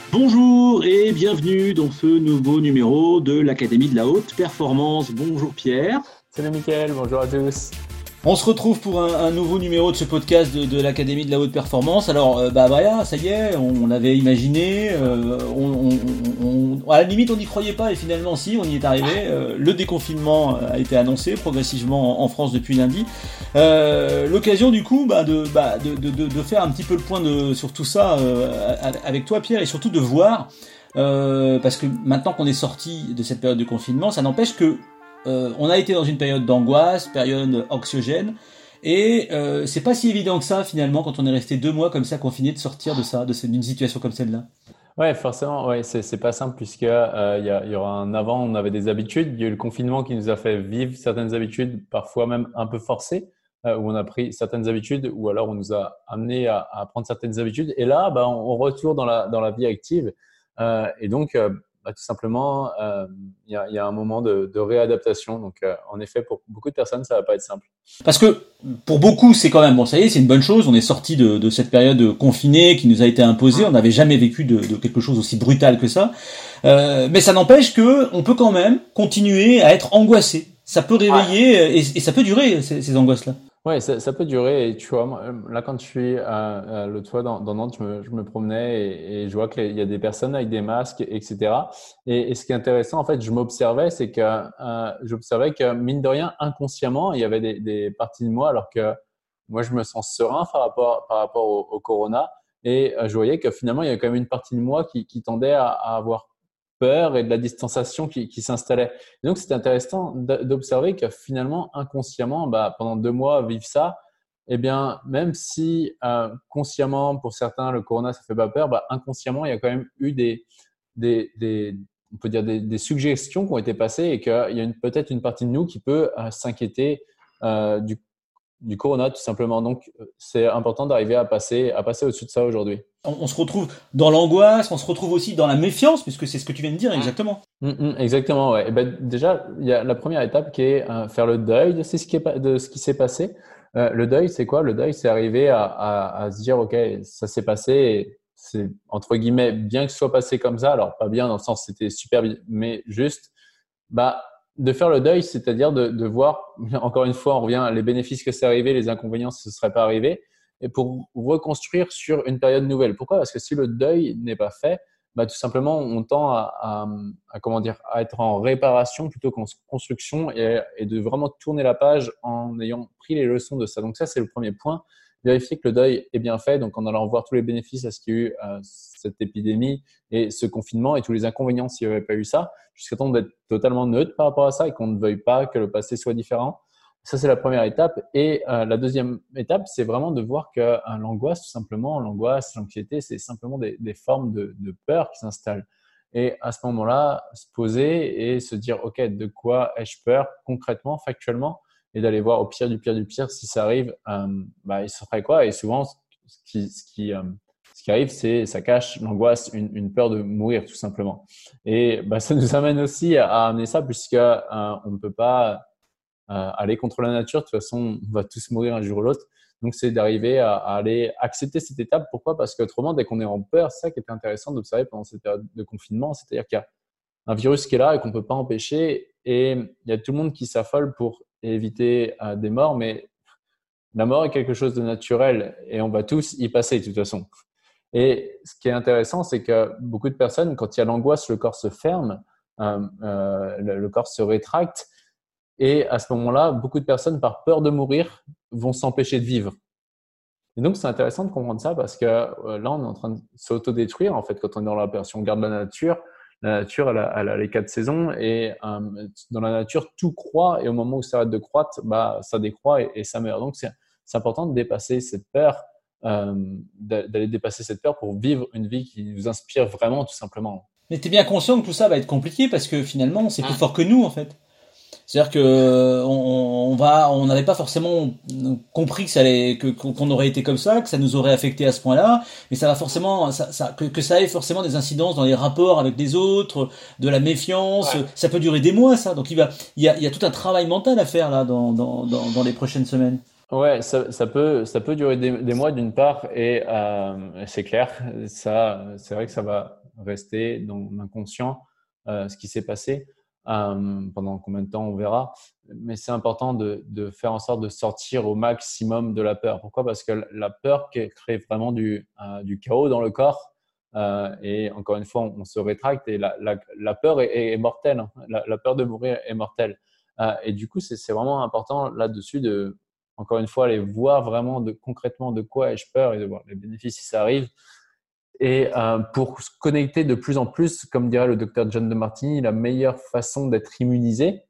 Bonjour et bienvenue dans ce nouveau numéro de l'Académie de la Haute Performance. Bonjour Pierre. Salut Mickaël, bonjour à tous. On se retrouve pour un nouveau numéro de ce podcast de l'Académie de la Haute Performance. Alors, voilà, ça y est, on l'avait imaginé. À la limite, on n'y croyait pas et finalement, si, on y est arrivé. Le déconfinement a été annoncé progressivement en France depuis lundi. L'occasion, du coup, de faire un petit peu le point sur tout ça avec toi, Pierre, et surtout de voir, parce que maintenant qu'on est sorti de cette période de confinement, ça n'empêche que on a été dans une période d'angoisse, période anxiogène, et c'est pas si évident que ça finalement quand on est resté 2 mois comme ça confiné de sortir de ça, d'une situation comme celle-là. Ouais, forcément, ouais, c'est pas simple puisque il y aura un avant, on avait des habitudes, il y a eu le confinement qui nous a fait vivre certaines habitudes, parfois même un peu forcées, où on a pris certaines habitudes, ou alors on nous a amené à prendre certaines habitudes, et là, on retourne dans la vie active, et donc tout simplement, il y a un moment de réadaptation. Donc, en effet, pour beaucoup de personnes, ça va pas être simple. Parce que pour beaucoup, c'est quand même bon, ça y est, c'est une bonne chose. On est sorti de cette période confinée qui nous a été imposée. On n'avait jamais vécu de quelque chose aussi brutal que ça. Mais ça n'empêche que on peut quand même continuer à être angoissé. Ça peut réveiller et ça peut durer ces angoisses-là. Ouais, ça peut durer. Et tu vois, moi, là, quand je suis l'autre fois dans Nantes, je me promenais et je vois qu'il y a des personnes avec des masques, etc. Et ce qui est intéressant, en fait, j'observais que mine de rien, inconsciemment, il y avait des parties de moi, alors que moi, je me sens serein par rapport au corona. Et je voyais que finalement, il y avait quand même une partie de moi qui tendait à avoir peur et de la distanciation qui s'installait. Et donc, c'était intéressant d'observer que finalement, inconsciemment, pendant 2 mois, vivre ça, eh bien, même si consciemment, pour certains, le corona, ça fait pas peur, inconsciemment, il y a quand même eu on peut dire des suggestions qui ont été passées et qu'il y a peut-être une partie de nous qui peut s'inquiéter du corona, tout simplement. Donc, c'est important d'arriver à passer au-dessus de ça aujourd'hui. On se retrouve dans l'angoisse, on se retrouve aussi dans la méfiance, puisque c'est ce que tu viens de dire exactement. Exactement, ouais. Et déjà, il y a la première étape qui est faire le deuil de ce qui s'est passé. Le deuil, c'est quoi? Le deuil, c'est arriver à se dire, OK, ça s'est passé, et c'est entre guillemets bien que ce soit passé comme ça. Alors, pas bien dans le sens c'était super, mais juste, de faire le deuil, c'est-à-dire de voir, encore une fois, on revient les bénéfices que c'est arrivé, les inconvénients si ce ne serait pas arrivé, et pour reconstruire sur une période nouvelle. Pourquoi? Parce que si le deuil n'est pas fait, tout simplement, on tend comment dire, à être en réparation plutôt qu'en construction, et de vraiment tourner la page en ayant pris les leçons de ça. Donc ça, c'est le premier point. Vérifier que le deuil est bien fait, donc en allant voir tous les bénéfices à ce qu'il y a eu cette épidémie et ce confinement et tous les inconvénients s'il n'y avait pas eu ça, jusqu'à temps d'être totalement neutre par rapport à ça et qu'on ne veuille pas que le passé soit différent. Ça, c'est la première étape. Et la deuxième étape, c'est vraiment de voir que l'angoisse, tout simplement, l'angoisse, l'anxiété, c'est simplement des formes de peur qui s'installent. Et à ce moment-là, se poser et se dire, OK, de quoi ai-je peur concrètement, factuellement, et d'aller voir au pire du pire du pire, si ça arrive, il se ferait quoi? Et souvent, ce qui arrive, c'est ça cache l'angoisse, une peur de mourir, tout simplement. Et ça nous amène aussi à amener ça, puisque on ne peut pas aller contre la nature. De toute façon, on va tous mourir un jour ou l'autre. Donc, c'est d'arriver à aller accepter cette étape. Pourquoi? Parce qu'autrement, dès qu'on est en peur, c'est ça qui est intéressant d'observer pendant cette période de confinement. C'est-à-dire qu'il y a un virus qui est là et qu'on ne peut pas empêcher. Et il y a tout le monde qui s'affole pour éviter des morts. Mais la mort est quelque chose de naturel et on va tous y passer de toute façon. Et ce qui est intéressant, c'est que beaucoup de personnes, quand il y a l'angoisse, le corps se ferme, le corps se rétracte. Et à ce moment-là, beaucoup de personnes, par peur de mourir, vont s'empêcher de vivre. Et donc, c'est intéressant de comprendre ça parce que là, on est en train de s'autodétruire. En fait, quand on est dans la peur, si on regarde la nature, elle a les 4 saisons. Et dans la nature, tout croît. Et au moment où ça arrête de croître, ça décroît et ça meurt. Donc, c'est important de dépasser cette peur, d'aller dépasser cette peur pour vivre une vie qui nous inspire vraiment, tout simplement. Mais t'es bien conscient que tout ça va être compliqué parce que finalement, c'est plus fort que nous en fait. C'est-à-dire que on n'avait pas forcément compris qu'on aurait été comme ça, que ça nous aurait affecté à ce point-là, mais ça va forcément, que ça ait forcément des incidences dans les rapports avec les autres, de la méfiance. Ouais. Ça peut durer des mois, ça. Donc il y a tout un travail mental à faire là dans les prochaines semaines. Ouais, ça peut durer des mois d'une part, et c'est clair, ça, c'est vrai que ça va rester dans l'inconscient ce qui s'est passé. Pendant combien de temps, on verra. Mais c'est important de faire en sorte de sortir au maximum de la peur. Pourquoi ? Parce que la peur crée vraiment du chaos dans le corps. Et encore une fois, on se rétracte et la peur est mortelle. Hein. La peur de mourir est mortelle. Et du coup, c'est vraiment important là-dessus de, encore une fois, aller voir vraiment concrètement de quoi ai-je peur et de voir les bénéfices si ça arrive. Et pour se connecter de plus en plus, comme dirait le docteur John DeMartini, la meilleure façon d'être immunisé,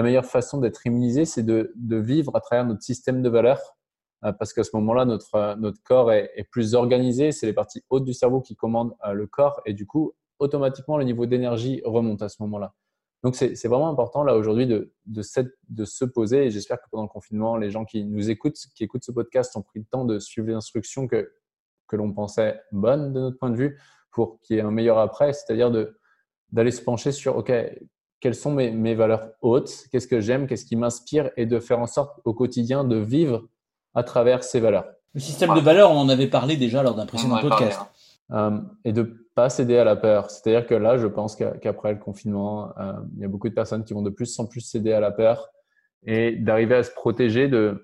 c'est de vivre à travers notre système de valeurs, parce qu'à ce moment-là, notre corps est plus organisé. C'est les parties hautes du cerveau qui commandent le corps, et du coup, automatiquement, le niveau d'énergie remonte à ce moment-là. Donc, c'est vraiment important là aujourd'hui de se poser. Et j'espère que pendant le confinement, les gens qui nous écoutent, qui écoutent ce podcast, ont pris le temps de suivre les instructions que l'on pensait bonnes de notre point de vue pour qu'il y ait un meilleur après, c'est-à-dire d'aller se pencher sur OK, quelles sont mes valeurs hautes, qu'est-ce que j'aime, qu'est-ce qui m'inspire, et de faire en sorte au quotidien de vivre à travers ces valeurs. Le système de valeurs, on en avait parlé déjà lors d'un précédent podcast. Et de ne pas céder à la peur. C'est-à-dire que là, je pense qu'après le confinement, il y a beaucoup de personnes qui vont de plus en plus céder à la peur et d'arriver à se protéger de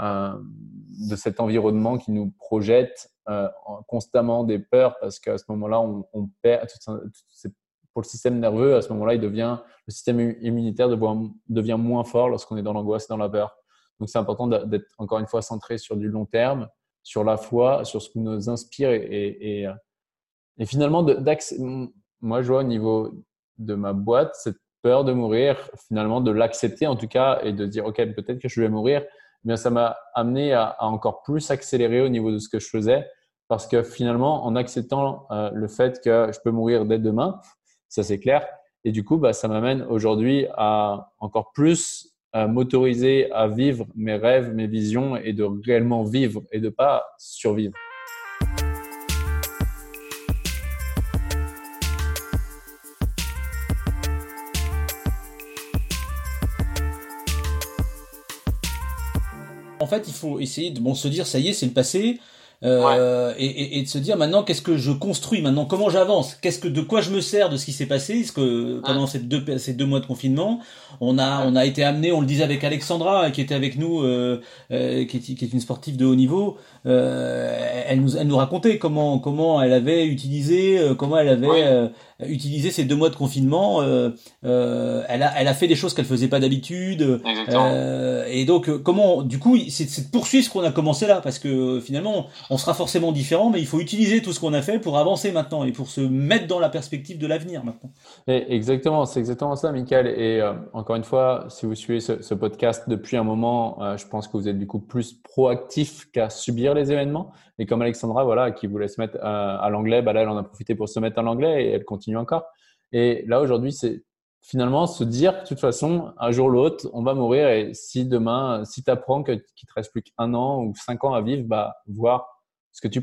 cet environnement qui nous projette constamment des peurs, parce qu'à ce moment-là, on perd pour le système nerveux. À ce moment-là, le système immunitaire devient moins fort lorsqu'on est dans l'angoisse et dans la peur. Donc, c'est important d'être encore une fois centré sur du long terme, sur la foi, sur ce qui nous inspire et finalement, moi, je vois au niveau de ma boîte, cette peur de mourir, finalement, de l'accepter en tout cas et de dire, OK, peut-être que je vais mourir. Eh bien, ça m'a amené à encore plus accélérer au niveau de ce que je faisais, parce que finalement, en acceptant le fait que je peux mourir dès demain, ça c'est clair, et du coup, ça m'amène aujourd'hui à encore plus m'autoriser à vivre mes rêves, mes visions, et de réellement vivre et de pas survivre. En fait, il faut essayer de se dire, ça y est, c'est le passé, et de se dire maintenant, qu'est-ce que je construis maintenant, comment j'avance, de quoi je me sers de ce qui s'est passé, parce que pendant ces deux mois de confinement, on a été amené, on le disait avec Alexandra, qui était avec nous, qui est une sportive de haut niveau, elle nous racontait comment elle avait utilisé, utilisé ces 2 mois de confinement. Elle a fait des choses qu'elle faisait pas d'habitude. Et donc, du coup, c'est de poursuivre ce qu'on a commencé là, parce que finalement, on sera forcément différent, mais il faut utiliser tout ce qu'on a fait pour avancer maintenant et pour se mettre dans la perspective de l'avenir maintenant. Exactement, c'est exactement ça, Michael. Et encore une fois, si vous suivez ce podcast depuis un moment, je pense que vous êtes du coup plus proactif qu'à subir les événements. Et comme Alexandra, voilà, qui voulait se mettre à l'anglais, là, elle en a profité pour se mettre à l'anglais et elle continue encore. Et là, aujourd'hui, c'est finalement se dire que de toute façon, un jour ou l'autre, on va mourir. Et si demain, si tu apprends qu'il te reste plus qu'1 an ou 5 ans à vivre, voir ce que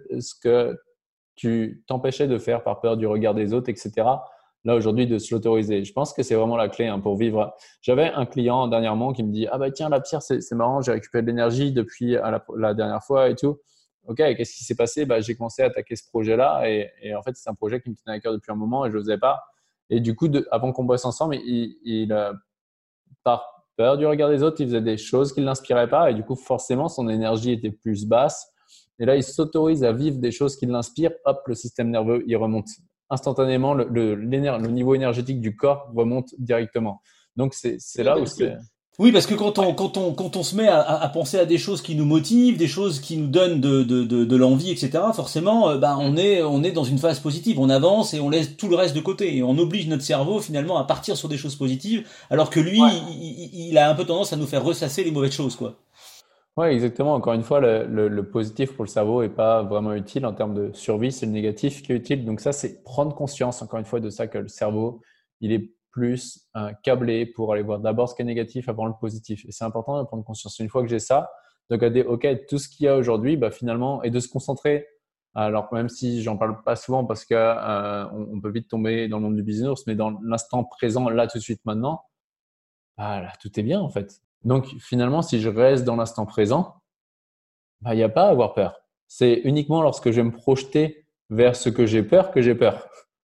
tu t'empêchais de faire par peur du regard des autres, etc. Là, aujourd'hui, de se l'autoriser. Je pense que c'est vraiment la clé pour vivre. J'avais un client dernièrement qui me dit « Ah tiens, la Pierre, c'est marrant, j'ai récupéré de l'énergie depuis la dernière fois et tout. » Ok, qu'est-ce qui s'est passé ? J'ai commencé à attaquer ce projet-là et en fait, c'est un projet qui me tenait à cœur depuis un moment et je n'osais pas. Et du coup, avant qu'on bosse ensemble, par peur du regard des autres, il faisait des choses qui ne l'inspiraient pas et du coup, forcément, son énergie était plus basse. Et là, il s'autorise à vivre des choses qui l'inspirent. Hop, le système nerveux, il remonte instantanément. Le niveau énergétique du corps remonte directement. Donc, c'est là où c'est… Oui, parce que quand on se met à penser à des choses qui nous motivent, des choses qui nous donnent de l'envie, etc., forcément, on est dans une phase positive. On avance et on laisse tout le reste de côté. Et on oblige notre cerveau, finalement, à partir sur des choses positives, alors que lui, il a un peu tendance à nous faire ressasser les mauvaises choses, quoi. Oui, exactement. Encore une fois, le positif pour le cerveau est pas vraiment utile en termes de survie. C'est le négatif qui est utile. Donc ça, c'est prendre conscience, encore une fois, de ça, que le cerveau, il est plus câblé pour aller voir d'abord ce qui est négatif avant le positif. Et c'est important de prendre conscience. Une fois que j'ai ça, de regarder, OK, tout ce qu'il y a aujourd'hui, finalement, et de se concentrer. Alors, même si j'en parle pas souvent parce que on peut vite tomber dans le monde du business, mais dans l'instant présent, là, tout de suite, maintenant, là, tout est bien, en fait. Donc, finalement, si je reste dans l'instant présent, il n'y a pas à avoir peur. C'est uniquement lorsque je vais me projeter vers ce que j'ai peur que j'ai peur.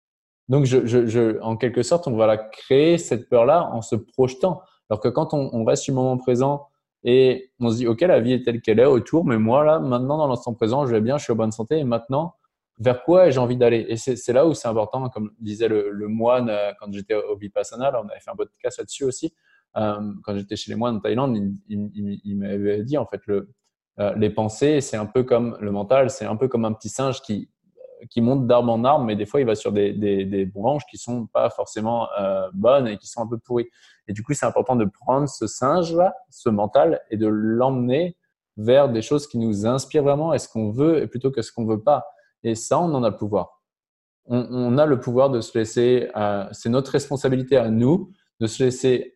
Donc, en quelque sorte, on va la créer, cette peur-là, en se projetant. Alors que quand on reste sur le moment présent et on se dit, OK, la vie est telle qu'elle est autour, mais moi, là, maintenant, dans l'instant présent, je vais bien, je suis en bonne santé. Et maintenant, vers quoi j'ai envie d'aller? Et c'est là où c'est important, comme disait le moine quand j'étais au Vipassana, là, on avait fait un podcast là-dessus aussi. Quand j'étais chez les moines en Thaïlande, il m'avait dit, en fait, les pensées, c'est un peu comme le mental, c'est un peu comme un petit singe qui monte d'arbre en arbre, mais des fois, il va sur des branches qui sont pas forcément bonnes et qui sont un peu pourries. Et du coup, c'est important de prendre ce singe-là, ce mental, et de l'emmener vers des choses qui nous inspirent vraiment et ce qu'on veut, et plutôt que ce qu'on veut pas. Et ça, on en a le pouvoir. On a le pouvoir de se laisser, c'est notre responsabilité à nous, de se laisser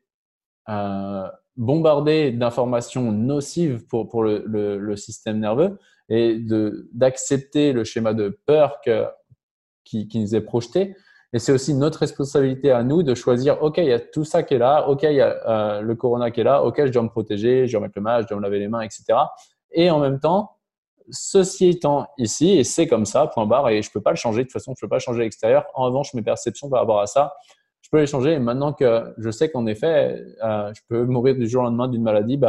bombarder d'informations nocives pour le système nerveux et d'accepter le schéma de peur qui nous est projeté. Et c'est aussi notre responsabilité à nous de choisir, OK, il y a tout ça qui est là, OK, il y a le corona qui est là, OK, je dois me protéger, je dois mettre le masque, je dois me laver les mains, etc. Et en même temps, ceci étant ici, et c'est comme ça, point barre, et je peux pas le changer, de toute façon, je peux pas changer l'extérieur. En revanche, mes perceptions par rapport à ça, je peux les changer. Et maintenant que je sais qu'en effet, je peux mourir du jour au lendemain d'une maladie,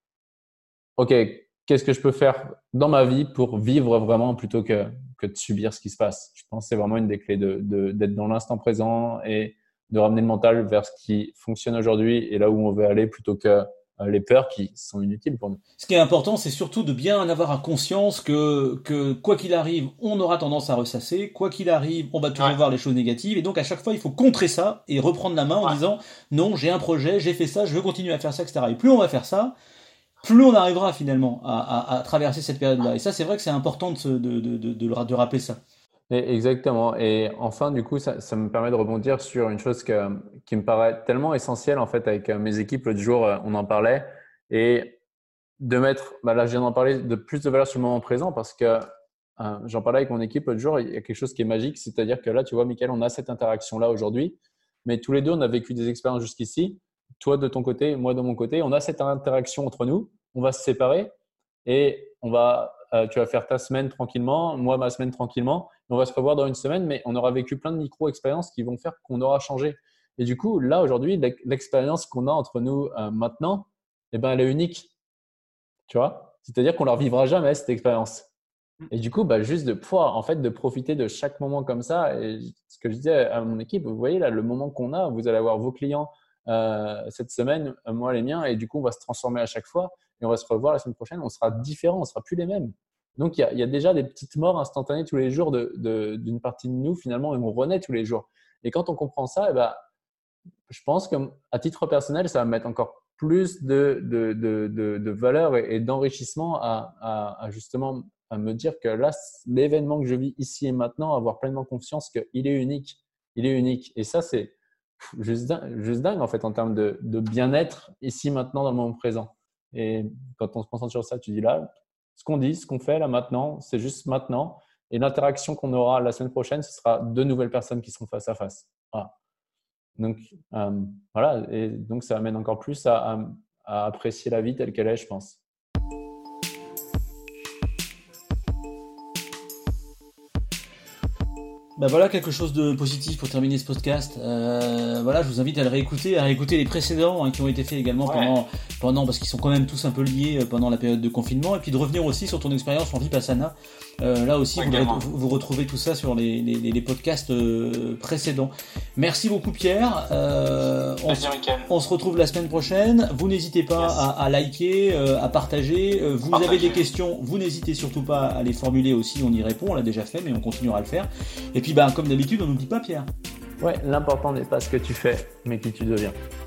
OK, qu'est-ce que je peux faire dans ma vie pour vivre vraiment plutôt que de subir ce qui se passe? Je pense que c'est vraiment une des clés d'être dans l'instant présent et de ramener le mental vers ce qui fonctionne aujourd'hui et là où on veut aller plutôt que les peurs qui sont inutiles pour nous. Ce qui est important, c'est surtout de bien en avoir conscience que quoi qu'il arrive, on aura tendance à ressasser. Quoi qu'il arrive, on va toujours voir les choses négatives. Et donc, à chaque fois, il faut contrer ça et reprendre la main en disant non, j'ai un projet, j'ai fait ça, je veux continuer à faire ça, etc. Et plus on va faire ça, plus on arrivera finalement à traverser cette période-là. Et ça, c'est vrai que c'est important de rappeler ça. Exactement. Et enfin, du coup, ça me permet de rebondir sur une chose qui me paraît tellement essentielle en fait avec mes équipes. L'autre jour, on en parlait et de mettre, là, je viens d'en parler, de plus de valeur sur le moment présent parce que j'en parlais avec mon équipe l'autre jour. Il y a quelque chose qui est magique, c'est-à-dire que là, tu vois, Mickaël, on a cette interaction-là aujourd'hui, mais tous les deux, on a vécu des expériences jusqu'ici. Toi de ton côté, moi de mon côté, on a cette interaction entre nous. On va se séparer et tu vas faire ta semaine tranquillement, moi ma semaine tranquillement. On va se revoir dans une semaine, mais on aura vécu plein de micro-expériences qui vont faire qu'on aura changé. Et du coup, là aujourd'hui, l'expérience qu'on a entre nous maintenant, elle est unique. Tu vois? C'est-à-dire qu'on ne la revivra jamais cette expérience. Et du coup, juste de pouvoir en fait de profiter de chaque moment comme ça. Et ce que je disais à mon équipe, vous voyez là le moment qu'on a, vous allez avoir vos clients cette semaine, moi les miens, et du coup on va se transformer à chaque fois et on va se revoir la semaine prochaine, on sera différents, on sera plus les mêmes. Donc il y a déjà des petites morts instantanées tous les jours d'une partie de nous finalement et on renaît tous les jours. Et quand on comprend ça, je pense qu'à titre personnel, ça va mettre encore plus de valeur et d'enrichissement à justement à me dire que là, l'événement que je vis ici et maintenant, avoir pleinement confiance qu'il est unique. Il est unique. Et ça, c'est juste dingue en fait en termes de bien-être ici maintenant dans le moment présent. Et quand on se concentre sur ça, tu dis là, ce qu'on dit, ce qu'on fait là maintenant, c'est juste maintenant. Et l'interaction qu'on aura la semaine prochaine, ce sera 2 nouvelles personnes qui seront face à face. Voilà. Donc voilà, et donc ça amène encore plus à apprécier la vie telle qu'elle est, je pense. Voilà quelque chose de positif pour terminer ce podcast. Je vous invite à le réécouter, à réécouter les précédents qui ont été faits également pendant parce qu'ils sont quand même tous un peu liés pendant la période de confinement, et puis de revenir aussi sur ton expérience en Vipassana. Là aussi, vous retrouvez tout ça sur les podcasts précédents. Merci beaucoup Pierre. On se retrouve la semaine prochaine. Vous n'hésitez pas à liker, à partager. Vous avez des questions, vous n'hésitez surtout pas à les formuler aussi. On y répond, on l'a déjà fait, mais on continuera à le faire. Et puis comme d'habitude, on n'oublie pas Pierre. Ouais, l'important n'est pas ce que tu fais, mais qui tu deviens.